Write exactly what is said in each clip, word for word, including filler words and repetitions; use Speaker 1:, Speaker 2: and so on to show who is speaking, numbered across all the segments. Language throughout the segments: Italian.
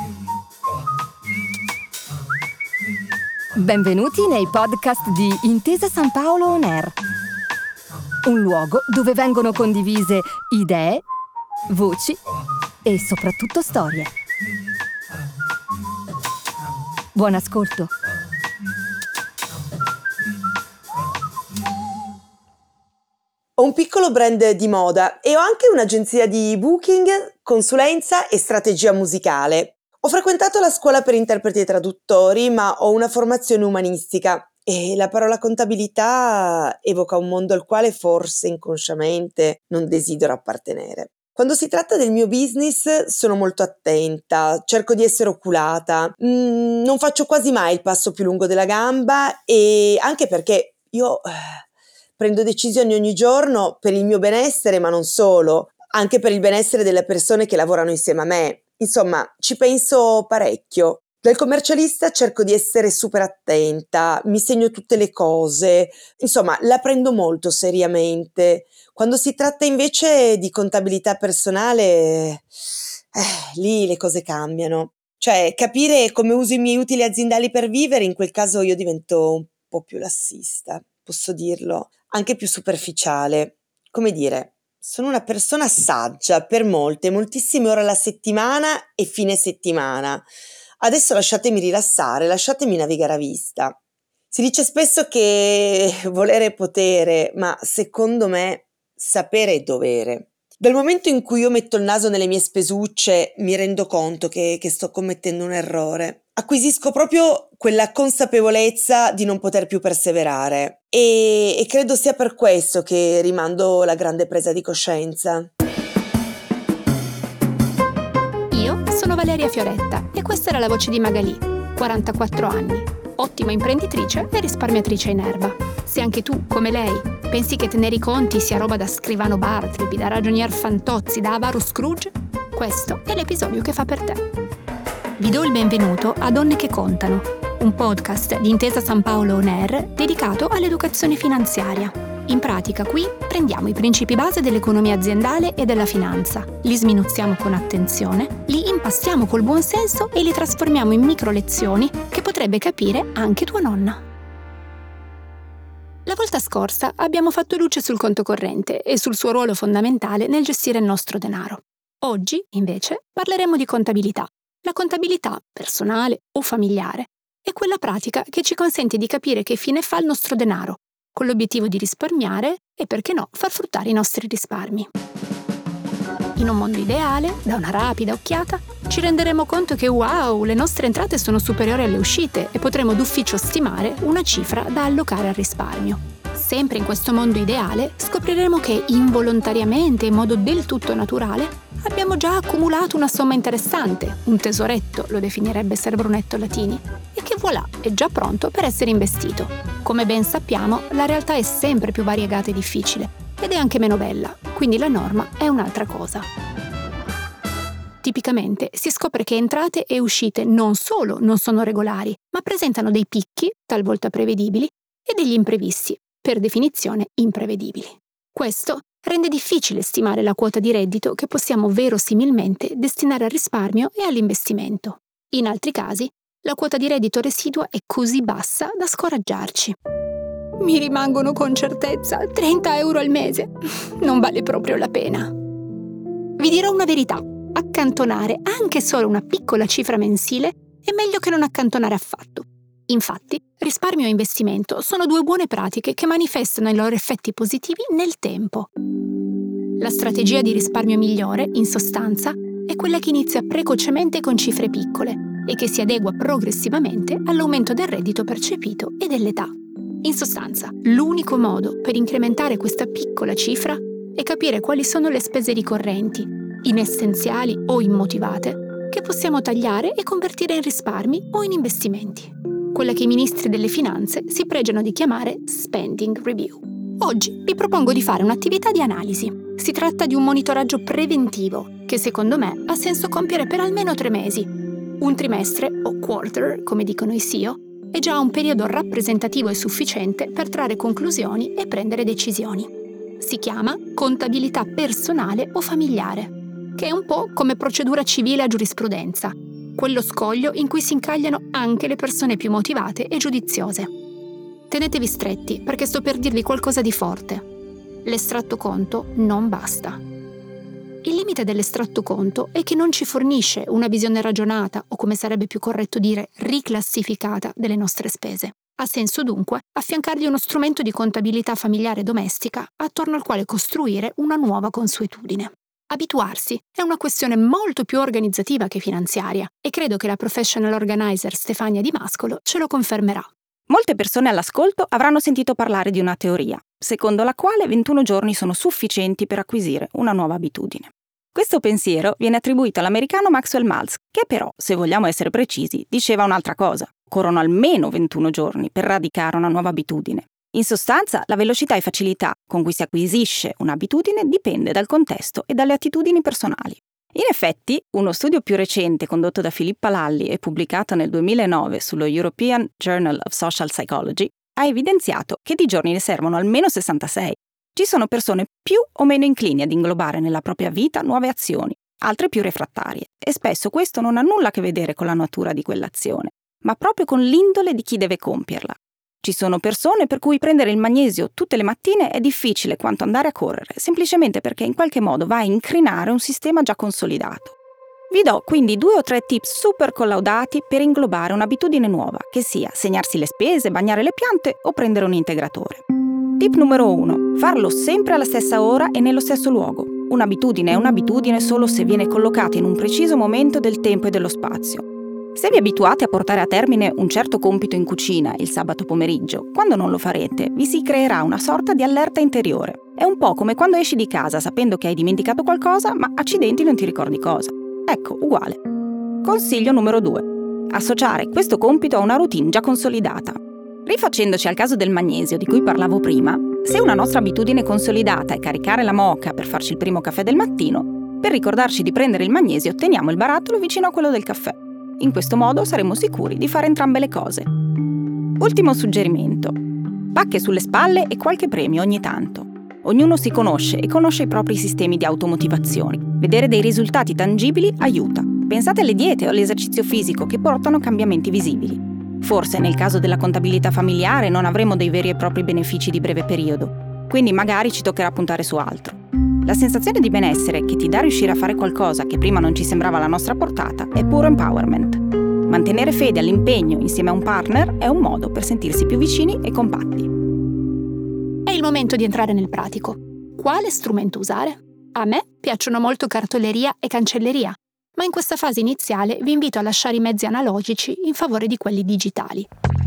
Speaker 1: Benvenuti nei podcast di Intesa San Paolo On Air, un luogo dove vengono condivise idee, voci e soprattutto storie. Buon ascolto.
Speaker 2: Ho un piccolo brand di moda e ho anche un'agenzia di booking, consulenza e strategia musicale. Ho frequentato la scuola per interpreti e traduttori, ma ho una formazione umanistica e la parola contabilità evoca un mondo al quale forse inconsciamente non desidero appartenere. Quando si tratta del mio business sono molto attenta, cerco di essere oculata, mm, non faccio quasi mai il passo più lungo della gamba e anche perché io eh, prendo decisioni ogni giorno per il mio benessere, ma non solo, anche per il benessere delle persone che lavorano insieme a me. Insomma, ci penso parecchio. Del commercialista cerco di essere super attenta, mi segno tutte le cose, insomma, la prendo molto seriamente. Quando si tratta invece di contabilità personale, eh, lì le cose cambiano. Cioè, capire come uso i miei utili aziendali per vivere, in quel caso io divento un po' più lassista, posso dirlo, anche più superficiale. Come dire, sono una persona saggia per molte, moltissime ore alla settimana e fine settimana. Adesso lasciatemi rilassare, lasciatemi navigare a vista. Si dice spesso che volere è potere, ma secondo me sapere è dovere. Dal momento in cui io metto il naso nelle mie spesucce, mi rendo conto che, che sto commettendo un errore. Acquisisco proprio quella consapevolezza di non poter più perseverare e, e credo sia per questo che rimando la grande presa di coscienza.
Speaker 3: Io sono Valeria Fioretta e questa era la voce di Magalì, quarantaquattro anni, ottima imprenditrice e risparmiatrice in erba. Se anche tu, come lei, pensi che tenere i conti sia roba da scrivano Bartleby, da ragionier Fantozzi, da avaro Scrooge, questo è l'episodio che fa per te. Vi do il benvenuto a Donne che contano, un podcast di Intesa San Paolo On Air dedicato all'educazione finanziaria. In pratica qui prendiamo i principi base dell'economia aziendale e della finanza, li sminuzziamo con attenzione, li impastiamo col buon senso e li trasformiamo in micro lezioni che potrebbe capire anche tua nonna. La volta scorsa abbiamo fatto luce sul conto corrente e sul suo ruolo fondamentale nel gestire il nostro denaro. Oggi, invece, parleremo di contabilità. La contabilità, personale o familiare, è quella pratica che ci consente di capire che fine fa il nostro denaro, con l'obiettivo di risparmiare e, perché no, far fruttare i nostri risparmi. In un mondo ideale, da una rapida occhiata, ci renderemo conto che wow, le nostre entrate sono superiori alle uscite e potremo d'ufficio stimare una cifra da allocare al risparmio. Sempre in questo mondo ideale scopriremo che involontariamente, in modo del tutto naturale, abbiamo già accumulato una somma interessante, un tesoretto, lo definirebbe Ser Brunetto Latini, e che voilà, è già pronto per essere investito. Come ben sappiamo, la realtà è sempre più variegata e difficile, ed è anche meno bella, quindi la norma è un'altra cosa. Tipicamente si scopre che entrate e uscite non solo non sono regolari, ma presentano dei picchi, talvolta prevedibili, e degli imprevisti, per definizione imprevedibili. Questo rende difficile stimare la quota di reddito che possiamo verosimilmente destinare al risparmio e all'investimento. In altri casi, la quota di reddito residua è così bassa da scoraggiarci. Mi rimangono con certezza trenta euro al mese. Non vale proprio la pena. Vi dirò una verità. Accantonare anche solo una piccola cifra mensile è meglio che non accantonare affatto. Infatti, risparmio e investimento sono due buone pratiche che manifestano i loro effetti positivi nel tempo. La strategia di risparmio migliore, in sostanza, è quella che inizia precocemente con cifre piccole e che si adegua progressivamente all'aumento del reddito percepito e dell'età. In sostanza, l'unico modo per incrementare questa piccola cifra è capire quali sono le spese ricorrenti, inessenziali o immotivate, che possiamo tagliare e convertire in risparmi o in investimenti. Quella che i ministri delle finanze si pregiano di chiamare spending review. Oggi vi propongo di fare un'attività di analisi. Si tratta di un monitoraggio preventivo che secondo me ha senso compiere per almeno tre mesi. Un trimestre, o quarter, come dicono i S E O, è già un periodo rappresentativo e sufficiente per trarre conclusioni e prendere decisioni. Si chiama contabilità personale o familiare, che è un po' come procedura civile a giurisprudenza. quello scoglio in cui si incagliano anche le persone più motivate e giudiziose. Tenetevi stretti perché sto per dirvi qualcosa di forte. L'estratto conto non basta. Il limite dell'estratto conto è che non ci fornisce una visione ragionata o, come sarebbe più corretto dire, riclassificata delle nostre spese. Ha senso dunque affiancargli uno strumento di contabilità familiare e domestica attorno al quale costruire una nuova consuetudine. Abituarsi è una questione molto più organizzativa che finanziaria e credo che la professional organizer Stefania Di Mascolo ce lo confermerà.
Speaker 4: Molte persone all'ascolto avranno sentito parlare di una teoria, secondo la quale ventuno giorni sono sufficienti per acquisire una nuova abitudine. Questo pensiero viene attribuito all'americano Maxwell Maltz, che però, se vogliamo essere precisi, diceva un'altra cosa. Occorrono almeno ventuno giorni per radicare una nuova abitudine. In sostanza, la velocità e facilità con cui si acquisisce un'abitudine dipende dal contesto e dalle attitudini personali. In effetti, uno studio più recente condotto da Filippa Lalli e pubblicato nel duemilanove sullo European Journal of Social Psychology ha evidenziato che di giorni ne servono almeno sessantasei. Ci sono persone più o meno inclini ad inglobare nella propria vita nuove azioni, altre più refrattarie, e spesso questo non ha nulla a che vedere con la natura di quell'azione, ma proprio con l'indole di chi deve compierla. Ci sono persone per cui prendere il magnesio tutte le mattine è difficile quanto andare a correre, semplicemente perché in qualche modo va a incrinare un sistema già consolidato. Vi do quindi due o tre tips super collaudati per inglobare un'abitudine nuova, che sia segnarsi le spese, bagnare le piante o prendere un integratore. Tip numero uno. Farlo sempre alla stessa ora e nello stesso luogo. Un'abitudine è un'abitudine solo se viene collocata in un preciso momento del tempo e dello spazio. Se vi abituate a portare a termine un certo compito in cucina il sabato pomeriggio, quando non lo farete, vi si creerà una sorta di allerta interiore. È un po' come quando esci di casa sapendo che hai dimenticato qualcosa, ma accidenti non ti ricordi cosa. Ecco, uguale. Consiglio numero due. Associare questo compito a una routine già consolidata. Rifacendoci al caso del magnesio di cui parlavo prima, se una nostra abitudine consolidata è caricare la moka per farci il primo caffè del mattino, per ricordarci di prendere il magnesio teniamo il barattolo vicino a quello del caffè. In questo modo saremo sicuri di fare entrambe le cose. Ultimo suggerimento. Pacche sulle spalle e qualche premio ogni tanto. Ognuno si conosce e conosce i propri sistemi di automotivazione. Vedere dei risultati tangibili aiuta. Pensate alle diete o all'esercizio fisico che portano cambiamenti visibili. Forse nel caso della contabilità familiare non avremo dei veri e propri benefici di breve periodo, quindi magari ci toccherà puntare su altro. La sensazione di benessere che ti dà riuscire a fare qualcosa che prima non ci sembrava alla nostra portata è puro empowerment. Mantenere fede all'impegno insieme a un partner è un modo per sentirsi più vicini e compatti.
Speaker 3: È il momento di entrare nel pratico. Quale strumento usare? A me piacciono molto cartoleria e cancelleria, ma in questa fase iniziale vi invito a lasciare i mezzi analogici in favore di quelli digitali.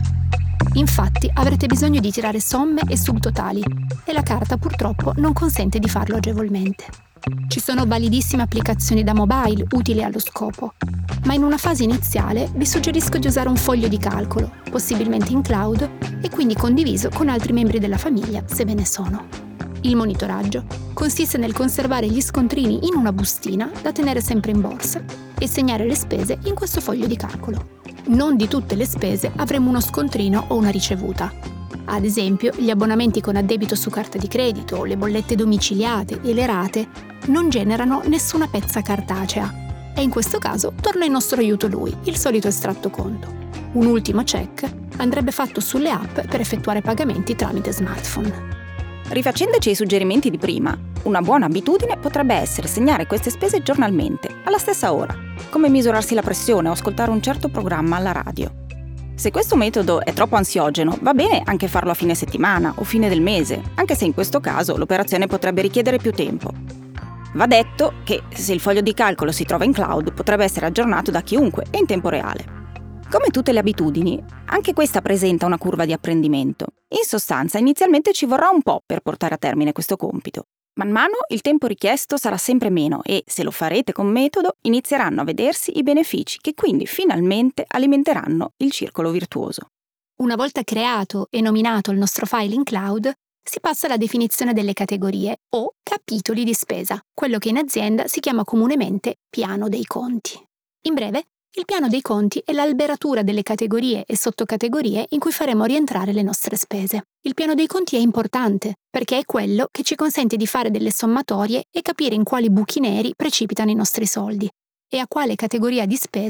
Speaker 3: Infatti avrete bisogno di tirare somme e subtotali e la carta purtroppo non consente di farlo agevolmente. Ci sono validissime applicazioni da mobile utili allo scopo, ma in una fase iniziale vi suggerisco di usare un foglio di calcolo, possibilmente in cloud e quindi condiviso con altri membri della famiglia se ve ne sono. Il monitoraggio consiste nel conservare gli scontrini in una bustina da tenere sempre in borsa e segnare le spese in questo foglio di calcolo. Non di tutte le spese avremo uno scontrino o una ricevuta. Ad esempio, gli abbonamenti con addebito su carta di credito, le bollette domiciliate e le rate non generano nessuna pezza cartacea. E in questo caso torna in nostro aiuto lui, il solito estratto conto. Un ultimo check andrebbe fatto sulle app per effettuare pagamenti tramite smartphone.
Speaker 4: Rifacendoci ai suggerimenti di prima, una buona abitudine potrebbe essere segnare queste spese giornalmente, alla stessa ora, come misurarsi la pressione o ascoltare un certo programma alla radio. Se questo metodo è troppo ansiogeno, va bene anche farlo a fine settimana o fine del mese, anche se in questo caso l'operazione potrebbe richiedere più tempo. Va detto che se il foglio di calcolo si trova in cloud, potrebbe essere aggiornato da chiunque e in tempo reale. Come tutte le abitudini, anche questa presenta una curva di apprendimento. In sostanza, inizialmente ci vorrà un po' per portare a termine questo compito. Man mano il tempo richiesto sarà sempre meno e, se lo farete con metodo, inizieranno a vedersi i benefici che quindi finalmente alimenteranno il circolo virtuoso.
Speaker 3: Una volta creato e nominato il nostro file in cloud, si passa alla definizione delle categorie o capitoli di spesa, quello che in azienda si chiama comunemente piano dei conti. In breve, il piano dei conti è l'alberatura delle categorie e sottocategorie in cui faremo rientrare le nostre spese. Il piano dei conti è importante perché è quello che ci consente di fare delle sommatorie e capire in quali buchi neri precipitano i nostri soldi e a quale categoria di spese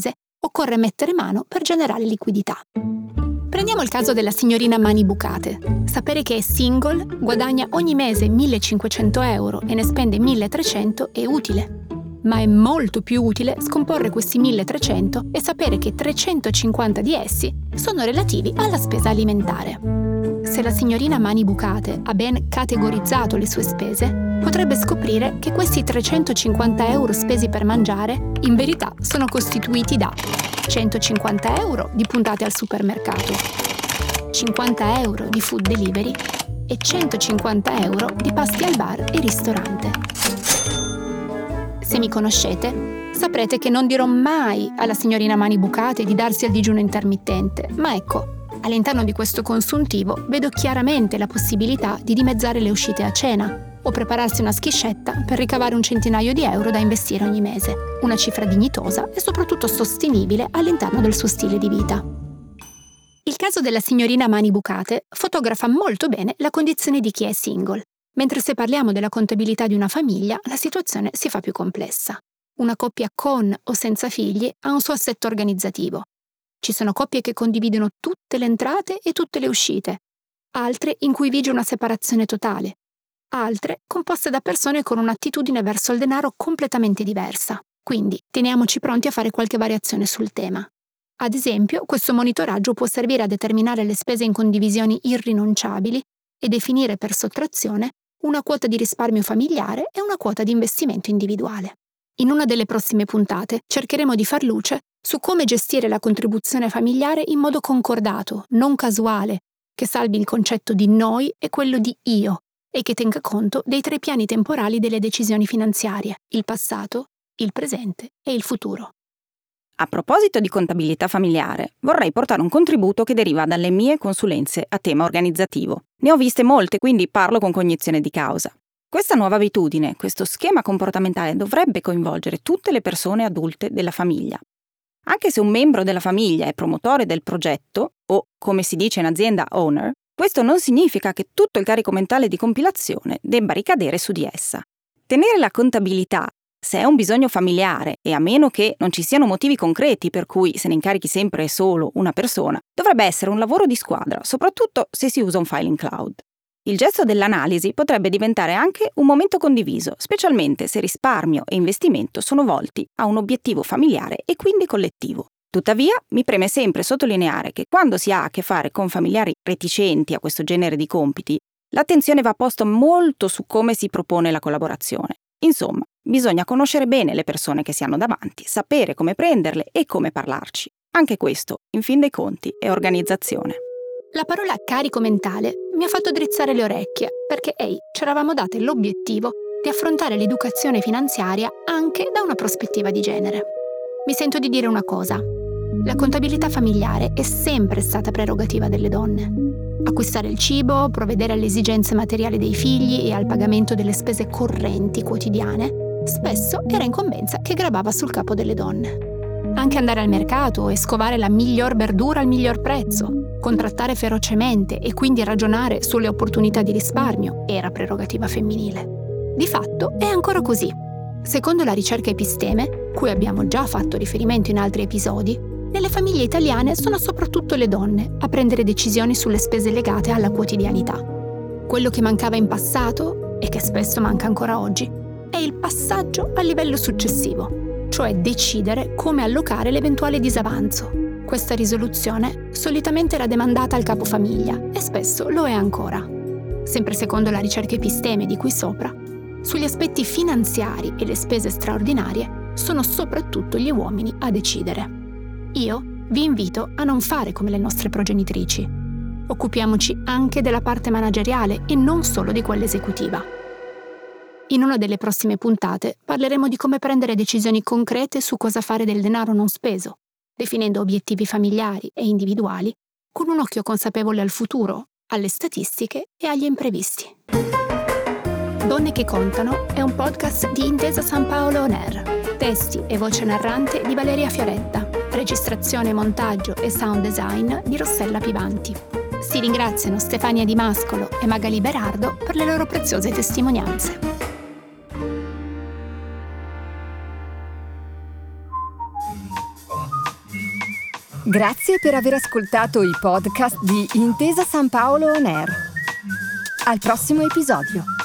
Speaker 3: occorre mettere mano per generare liquidità. Prendiamo il caso della signorina Mani Bucate. Sapere che è single, guadagna ogni mese millecinquecento euro e ne spende milletrecento è utile. Ma è molto più utile scomporre questi milletrecento e sapere che trecentocinquanta di essi sono relativi alla spesa alimentare. Se la signorina Mani Bucate ha ben categorizzato le sue spese, potrebbe scoprire che questi trecentocinquanta euro spesi per mangiare in verità sono costituiti da centocinquanta euro di puntate al supermercato, cinquanta euro di food delivery e centocinquanta euro di pasti al bar e ristorante. Se mi conoscete, saprete che non dirò mai alla signorina Mani Bucate di darsi al digiuno intermittente, ma ecco, all'interno di questo consuntivo vedo chiaramente la possibilità di dimezzare le uscite a cena o prepararsi una schiscetta per ricavare un centinaio di euro da investire ogni mese, una cifra dignitosa e soprattutto sostenibile all'interno del suo stile di vita. Il caso della signorina Mani Bucate fotografa molto bene la condizione di chi è single, mentre se parliamo della contabilità di una famiglia la situazione si fa più complessa. Una coppia con o senza figli ha un suo assetto organizzativo. Ci sono coppie che condividono tutte le entrate e tutte le uscite, altre in cui vige una separazione totale, altre composte da persone con un'attitudine verso il denaro completamente diversa. Quindi teniamoci pronti a fare qualche variazione sul tema. Ad esempio, questo monitoraggio può servire a determinare le spese in condivisioni irrinunciabili e definire per sottrazione una quota di risparmio familiare e una quota di investimento individuale. In una delle prossime puntate cercheremo di far luce su come gestire la contribuzione familiare in modo concordato, non casuale, che salvi il concetto di noi e quello di io e che tenga conto dei tre piani temporali delle decisioni finanziarie, il passato, il presente e il futuro.
Speaker 4: A proposito di contabilità familiare, vorrei portare un contributo che deriva dalle mie consulenze a tema organizzativo. Ne ho viste molte, quindi parlo con cognizione di causa. Questa nuova abitudine, questo schema comportamentale dovrebbe coinvolgere tutte le persone adulte della famiglia. Anche se un membro della famiglia è promotore del progetto, o come si dice in azienda owner, questo non significa che tutto il carico mentale di compilazione debba ricadere su di essa. Tenere la contabilità, se è un bisogno familiare e a meno che non ci siano motivi concreti per cui se ne incarichi sempre solo una persona, dovrebbe essere un lavoro di squadra, soprattutto se si usa un file in cloud. Il gesto dell'analisi potrebbe diventare anche un momento condiviso, specialmente se risparmio e investimento sono volti a un obiettivo familiare e quindi collettivo. Tuttavia, mi preme sempre sottolineare che quando si ha a che fare con familiari reticenti a questo genere di compiti, l'attenzione va posta molto su come si propone la collaborazione. Insomma, bisogna conoscere bene le persone che si hanno davanti, sapere come prenderle e come parlarci. Anche questo, in fin dei conti, è organizzazione.
Speaker 3: La parola carico mentale mi ha fatto drizzare le orecchie, perché ehi, ci eravamo date l'obiettivo di affrontare l'educazione finanziaria anche da una prospettiva di genere. Mi sento di dire una cosa. La contabilità familiare è sempre stata prerogativa delle donne. Acquistare il cibo, provvedere alle esigenze materiali dei figli e al pagamento delle spese correnti quotidiane, spesso era incombenza che gravava sul capo delle donne. Anche andare al mercato e scovare la miglior verdura al miglior prezzo, contrattare ferocemente e quindi ragionare sulle opportunità di risparmio era prerogativa femminile. Di fatto è ancora così. Secondo la ricerca Episteme, cui abbiamo già fatto riferimento in altri episodi, nelle famiglie italiane sono soprattutto le donne a prendere decisioni sulle spese legate alla quotidianità. Quello che mancava in passato, e che spesso manca ancora oggi, è il passaggio al livello successivo, cioè decidere come allocare l'eventuale disavanzo. Questa risoluzione solitamente era demandata al capofamiglia e spesso lo è ancora. Sempre secondo la ricerca Episteme di qui sopra, sugli aspetti finanziari e le spese straordinarie sono soprattutto gli uomini a decidere. Io vi invito a non fare come le nostre progenitrici. Occupiamoci anche della parte manageriale e non solo di quella esecutiva. In una delle prossime puntate parleremo di come prendere decisioni concrete su cosa fare del denaro non speso, definendo obiettivi familiari e individuali con un occhio consapevole al futuro, alle statistiche e agli imprevisti. Donne che contano è un podcast di Intesa San Paolo On Air. Testi e voce narrante di Valeria Fioretta. Registrazione, montaggio e sound design di Rossella Pivanti. Si ringraziano Stefania Di Mascolo e Magali Berardo per le loro preziose testimonianze.
Speaker 1: Grazie per aver ascoltato i podcast di Intesa San Paolo On Air. Al prossimo episodio.